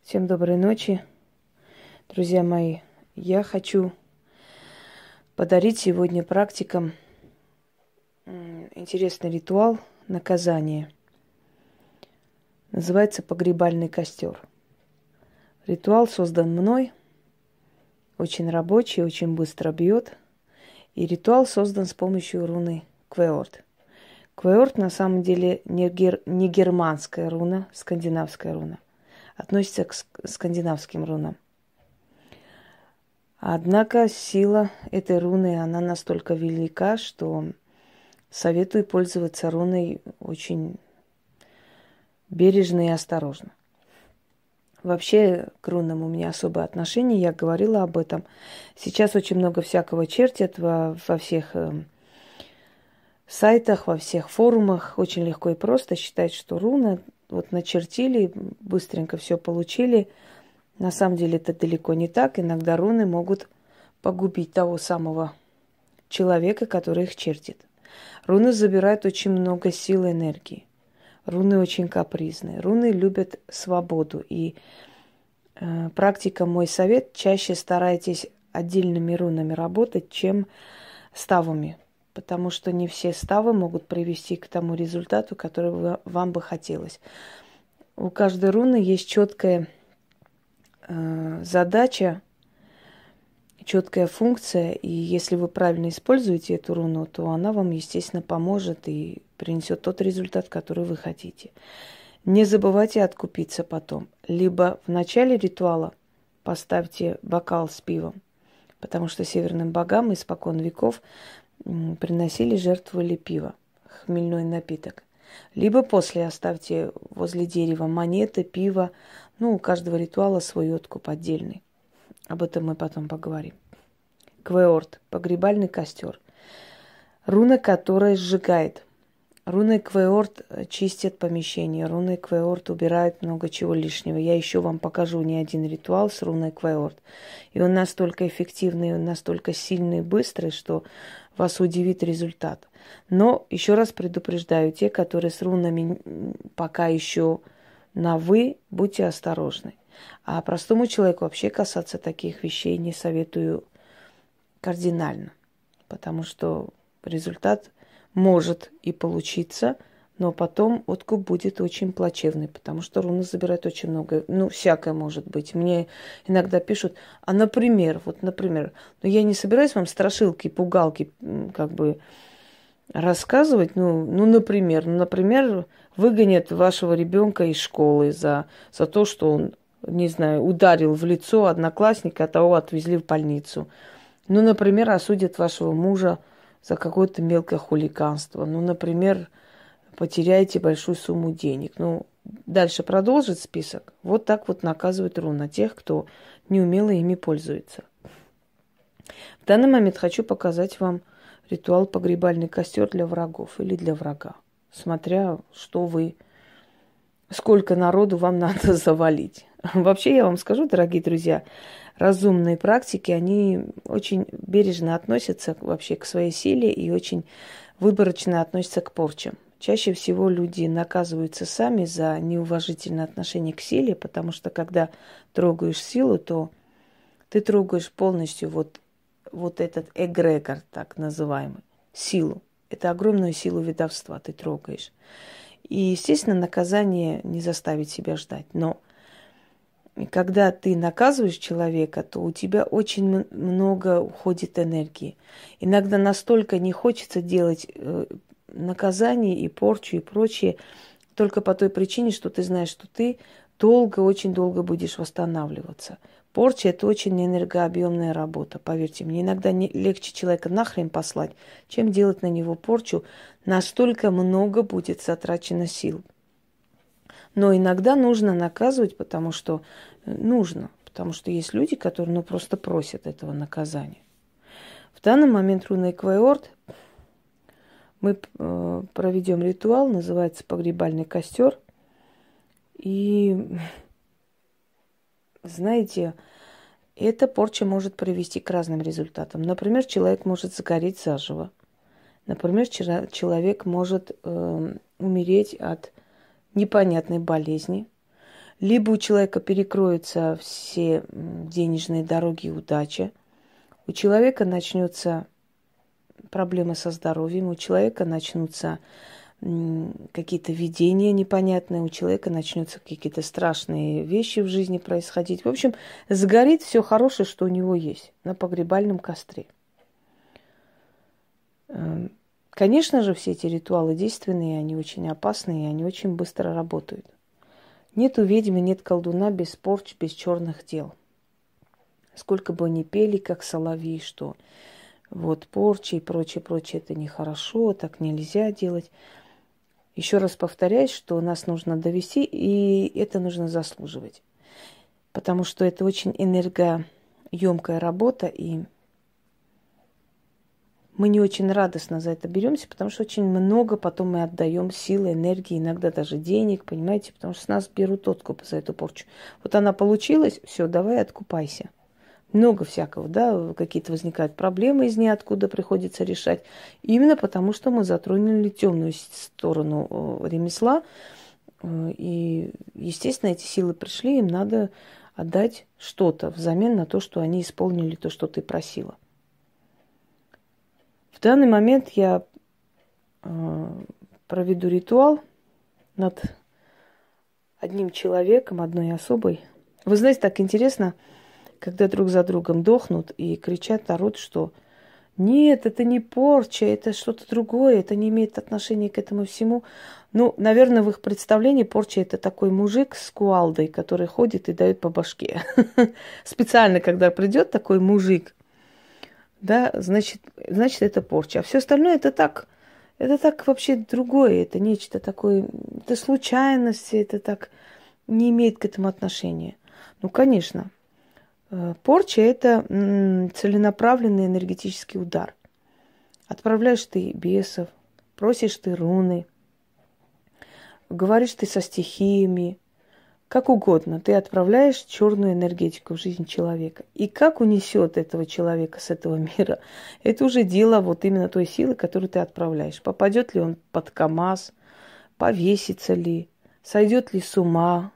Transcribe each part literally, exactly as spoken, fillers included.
Всем доброй ночи, друзья мои. Я хочу подарить сегодня практикам интересный ритуал наказания. Называется погребальный костер. Ритуал создан мной, очень рабочий, очень быстро бьет. И ритуал создан с помощью руны Квеорт. Квеорт на самом деле не, гер... не германская руна, скандинавская руна. Относится к скандинавским рунам. Однако сила этой руны, она настолько велика, что советую пользоваться руной очень бережно и осторожно. Вообще к рунам у меня особое отношение, я говорила об этом. Сейчас очень много всякого чертят во, во всех э, сайтах, во всех форумах. Очень легко и просто считать, что руна вот начертили, быстренько все получили. На самом деле это далеко не так. Иногда руны могут погубить того самого человека, который их чертит. Руны забирают очень много сил и энергии. Руны очень капризные. Руны любят свободу. И э, практика, мой совет, чаще старайтесь отдельными рунами работать, чем ставами. Потому что не все ставы могут привести к тому результату, который вам бы хотелось. У каждой руны есть четкая э, задача, четкая функция, и если вы правильно используете эту руну, то она вам, естественно, поможет и принесет тот результат, который вы хотите. Не забывайте откупиться потом. Либо в начале ритуала поставьте бокал с пивом, потому что северным богам испокон веков приносили, жертвовали пиво, хмельной напиток. Либо после оставьте возле дерева монеты, пиво. Ну, у каждого ритуала свой откуп отдельный. Об этом мы потом поговорим. Квеорт, погребальный костер. Руна, которая сжигает. Руны Квеорт чистят помещение. Руны Квеорт убирают много чего лишнего. Я еще вам покажу не один ритуал с руной Квеорт. И он настолько эффективный, он настолько сильный и быстрый, что вас удивит результат. Но еще раз предупреждаю, те, которые с рунами пока еще на «вы», будьте осторожны. А простому человеку вообще касаться таких вещей не советую кардинально, потому что результат может и получиться, но потом откуп будет очень плачевный, потому что руна забирает очень много. Ну, всякое может быть. Мне иногда пишут, а например, вот, например, ну, я не собираюсь вам страшилки, пугалки как бы рассказывать, ну, ну, например, ну, например, выгонят вашего ребенка из школы за, за то, что он, не знаю, ударил в лицо одноклассника, а того отвезли в больницу. Ну, например, осудят вашего мужа за какое-то мелкое хулиганство. Ну, например, потеряете большую сумму денег. Ну, дальше продолжит список. Вот так вот наказывает руна тех, кто неумело ими пользуется. В данный момент хочу показать вам ритуал погребальный костер для врагов или для врага. Смотря, что вы, сколько народу вам надо завалить. Вообще, я вам скажу, дорогие друзья, разумные практики, они очень бережно относятся вообще к своей силе и очень выборочно относятся к порчам. Чаще всего люди наказываются сами за неуважительное отношение к силе, потому что когда трогаешь силу, то ты трогаешь полностью вот, вот этот эгрегор, так называемый, силу. Это огромную силу ведовства ты трогаешь. И, естественно, наказание не заставит себя ждать. Но когда ты наказываешь человека, то у тебя очень много уходит энергии. Иногда настолько не хочется делать э, наказание и порчу и прочее, только по той причине, что ты знаешь, что ты долго, очень долго будешь восстанавливаться. Порча – это очень энергообъемная работа, поверьте мне. Иногда не, легче человека нахрен послать, чем делать на него порчу. Настолько много будет затрачено сил. Но иногда нужно наказывать, потому что нужно. Потому что есть люди, которые ну, просто просят этого наказания. В данный момент руной Квеорт мы э, проведем ритуал, называется погребальный костер. И, знаете, эта порча может привести к разным результатам. Например, человек может загореть заживо. Например, человек может э, умереть от непонятной болезни. Либо у человека перекроются все денежные дороги и удача, у человека начнется проблемы со здоровьем, у человека начнутся какие-то видения непонятные, у человека начнутся какие-то страшные вещи в жизни происходить. В общем, сгорит все хорошее, что у него есть на погребальном костре. Конечно же, все эти ритуалы действенные, они очень опасные, и они очень быстро работают. Нету ведьмы, нет колдуна без порч, без черных дел. Сколько бы ни пели, как соловьи, что вот порчи и прочее, прочее, это нехорошо, так нельзя делать. Еще раз повторяюсь, что нас нужно довести, и это нужно заслуживать. Потому что это очень энергоемкая работа, и мы не очень радостно за это беремся, потому что очень много потом мы отдаем силы, энергии, иногда даже денег, понимаете, потому что с нас берут откуп за эту порчу. Вот она получилась, все, давай откупайся. Много всякого, да, какие-то возникают проблемы из ниоткуда, приходится решать. Именно потому, что мы затронули темную сторону ремесла. И, естественно, эти силы пришли, им надо отдать что-то взамен на то, что они исполнили то, что ты просила. В данный момент я проведу ритуал над одним человеком, одной особой. Вы знаете, так интересно, когда друг за другом дохнут и кричат, орут, что нет, это не порча, это что-то другое, это не имеет отношения к этому всему. Ну, наверное, в их представлении порча – это такой мужик с кувалдой, который ходит и дает по башке. Специально, когда придет такой мужик, да, значит, значит, это порча. А все остальное – это так, это так вообще другое, это нечто такое, это случайность, это так не имеет к этому отношения. Ну, конечно. Порча – это целенаправленный энергетический удар. Отправляешь ты бесов, просишь ты руны, говоришь ты со стихиями, как угодно. Ты отправляешь черную энергетику в жизнь человека. И как унесет этого человека с этого мира, это уже дело вот именно той силы, которую ты отправляешь. Попадет ли он под КамАЗ, повесится ли, сойдет ли с ума,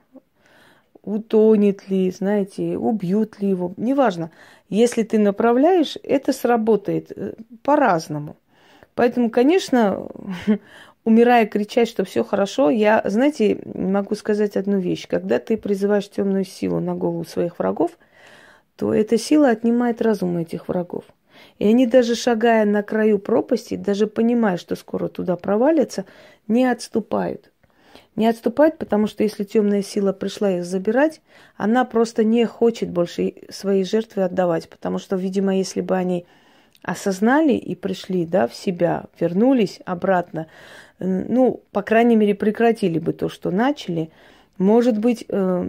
утонет ли, знаете, убьют ли его, неважно. Если ты направляешь, это сработает по-разному. Поэтому, конечно, умирая кричать, что все хорошо, я, знаете, могу сказать одну вещь. Когда ты призываешь темную силу на голову своих врагов, то эта сила отнимает разум этих врагов. И они даже шагая на краю пропасти, даже понимая, что скоро туда провалятся, не отступают. Не отступать, потому что если темная сила пришла их забирать, она просто не хочет больше свои жертвы отдавать. Потому что, видимо, если бы они осознали и пришли, да, в себя, вернулись обратно, ну, по крайней мере, прекратили бы то, что начали, может быть,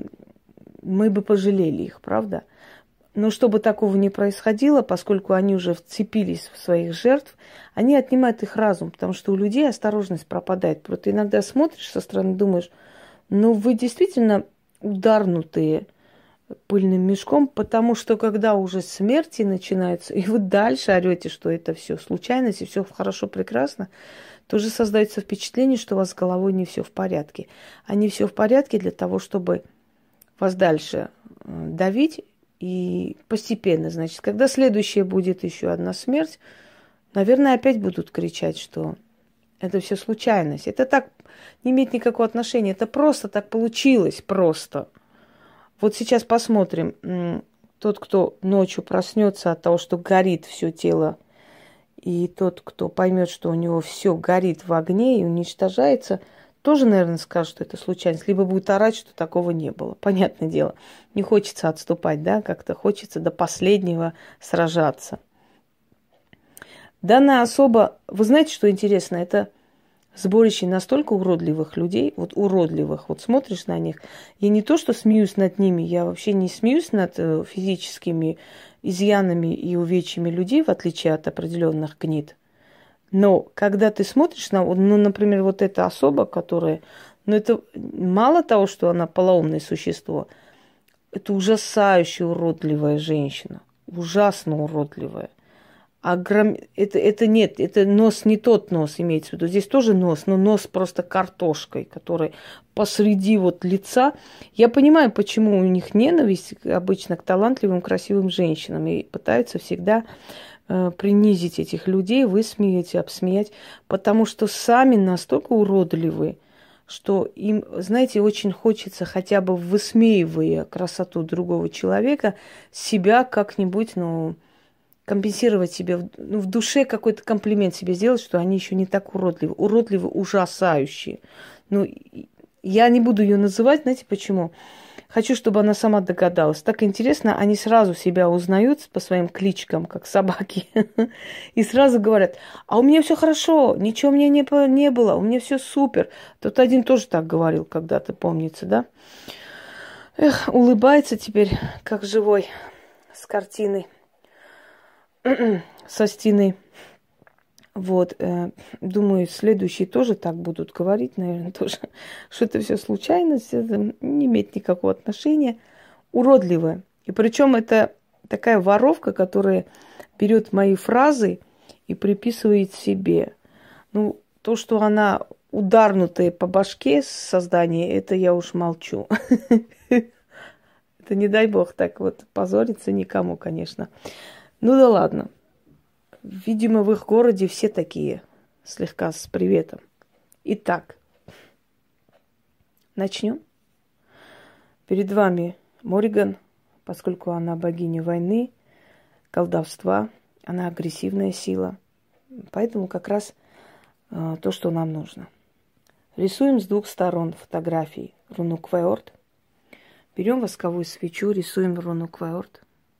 мы бы пожалели их, правда? Но чтобы такого не происходило, поскольку они уже вцепились в своих жертв, они отнимают их разум, потому что у людей осторожность пропадает. Просто иногда смотришь со стороны, думаешь, ну вы действительно ударнутые пыльным мешком, потому что когда уже смерти начинаются, и вы дальше орете, что это все случайность, и все хорошо, прекрасно, тоже создается впечатление, что у вас с головой не все в порядке. А не все в порядке для того, чтобы вас дальше давить. И постепенно, значит, когда следующая будет еще одна смерть, наверное, опять будут кричать, что это все случайность. Это так не имеет никакого отношения. Это просто так получилось, просто. Вот сейчас посмотрим. Тот, кто ночью проснется от того, что горит все тело, и тот, кто поймет, что у него все горит в огне и уничтожается, тоже, наверное, скажет, что это случайность. Либо будет орать, что такого не было. Понятное дело. Не хочется отступать, да, как-то хочется до последнего сражаться. Данная особа, вы знаете, что интересно, это сборище настолько уродливых людей, вот уродливых, вот смотришь на них, я не то, что смеюсь над ними, я вообще не смеюсь над физическими изъянами и увечьями людей, в отличие от определенных гнид. Но когда ты смотришь на, ну, например, вот эта особа, которая, ну, это мало того, что она полоумное существо, это ужасающе уродливая женщина, ужасно уродливая. огром... это, это нет, это нос не тот нос имеется в виду. Здесь тоже нос, но нос просто картошкой, который посреди вот лица. Я понимаю, почему у них ненависть обычно к талантливым, красивым женщинам. И пытаются всегда э, принизить этих людей, высмеять, обсмеять. Потому что сами настолько уродливы, что им, знаете, очень хочется, хотя бы высмеивая красоту другого человека, себя как-нибудь, ну, компенсировать себе, ну, в душе какой-то комплимент себе сделать, что они еще не так уродливы. Уродливы, ужасающие. Ну, я не буду ее называть, знаете почему? Хочу, чтобы она сама догадалась. Так интересно, они сразу себя узнают по своим кличкам, как собаки, и сразу говорят: а у меня все хорошо, ничего у меня не, не было, у меня все супер. Тут один тоже так говорил когда-то, помнится, да? Эх, улыбается теперь, как живой, с картиной, со стены. Вот, э, думаю, следующие тоже так будут говорить, наверное, тоже, что это все случайность, это не имеет никакого отношения. Уродливая. И причем это такая воровка, которая берет мои фразы и приписывает себе. Ну, то, что она ударнутая по башке создание, это я уж молчу. Это не дай бог так вот позориться никому, конечно. Ну да ладно. Видимо, в их городе все такие, слегка с приветом. Итак, начнем. Перед вами Морриган, поскольку она богиня войны, колдовства, она агрессивная сила. Поэтому как раз э, то, что нам нужно. Рисуем с двух сторон фотографии руну Квеорт. Берем восковую свечу, рисуем руну Квеорт.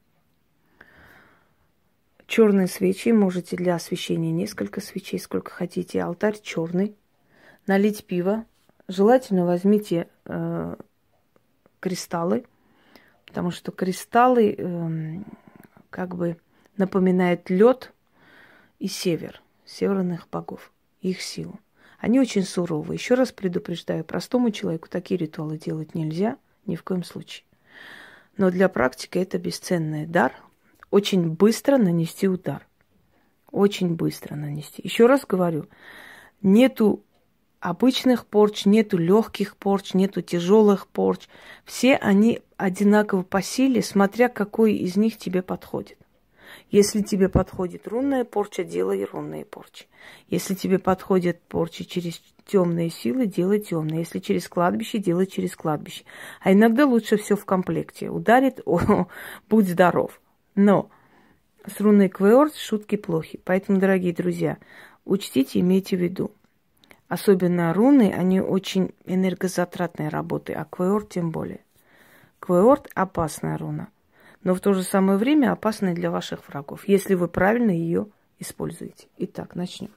Черные свечи, можете для освещения несколько свечей, сколько хотите. Алтарь черный. Налить пиво. Желательно возьмите э, кристаллы, потому что кристаллы э, как бы напоминают лед и север, северных богов, их силу. Они очень суровые. Еще раз предупреждаю, простому человеку такие ритуалы делать нельзя, ни в коем случае. Но для практики это бесценный дар. Очень быстро нанести удар. Очень быстро нанести. Еще раз говорю, нету обычных порч, нету легких порч, нету тяжелых порч. Все они одинаково по силе, смотря какой из них тебе подходит. Если тебе подходит рунная порча, делай рунные порчи. Если тебе подходят порчи через темные силы, делай темные. Если через кладбище, делай через кладбище. А иногда лучше все в комплекте. Ударит, о, будь здоров. Но с руной Квеорт шутки плохи. Поэтому, дорогие друзья, учтите, имейте в виду. Особенно руны, они очень энергозатратные работы, а Квеорт тем более. Квеорт опасная руна, но в то же самое время опасная для ваших врагов, если вы правильно ее используете. Итак, начнем.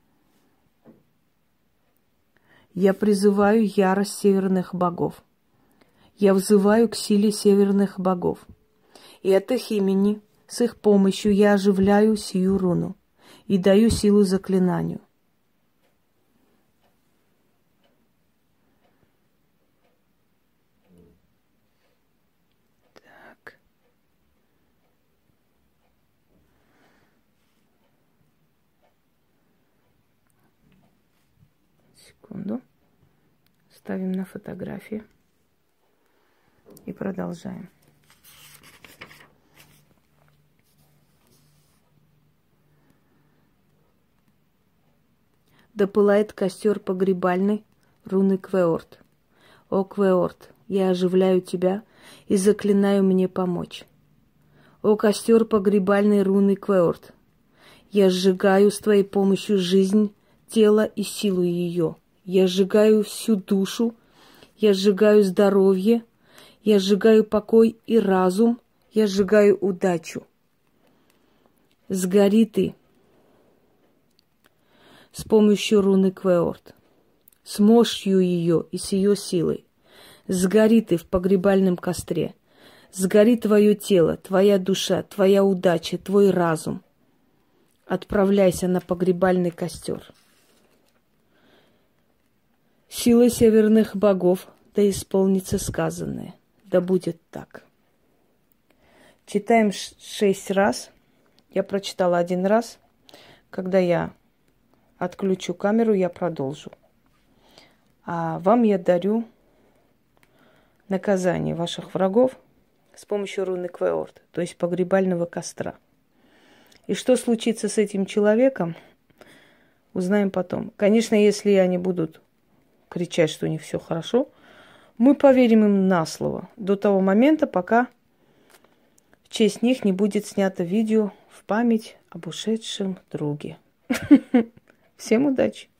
Я призываю ярость северных богов. Я взываю к силе северных богов. И от их имени, с их помощью я оживляю сию руну и даю силу заклинанию. Так. Секунду. Ставим на фотографии и продолжаем. Да пылает костер погребальный руны Квеорт. О, Квеорт, я оживляю тебя и заклинаю мне помочь. О, костер погребальной руны Квеорт, я сжигаю с твоей помощью жизнь, тело и силу ее. Я сжигаю всю душу, я сжигаю здоровье, я сжигаю покой и разум, я сжигаю удачу. Сгори ты с помощью руны Квеорт, с мощью ее и с ее силой. Сгори ты в погребальном костре. Сгори твое тело, твоя душа, твоя удача, твой разум. Отправляйся на погребальный костер. Силой северных богов да исполнится сказанное. Да будет так. Читаем шесть раз Я прочитала один раз. Когда я отключу камеру, я продолжу. А вам я дарю наказание ваших врагов с помощью руны Квеорт, то есть погребального костра. И что случится с этим человеком, узнаем потом. Конечно, если они будут кричать, что у них все хорошо, мы поверим им на слово до того момента, пока в честь них не будет снято видео в память об ушедшем друге. Всем удачи!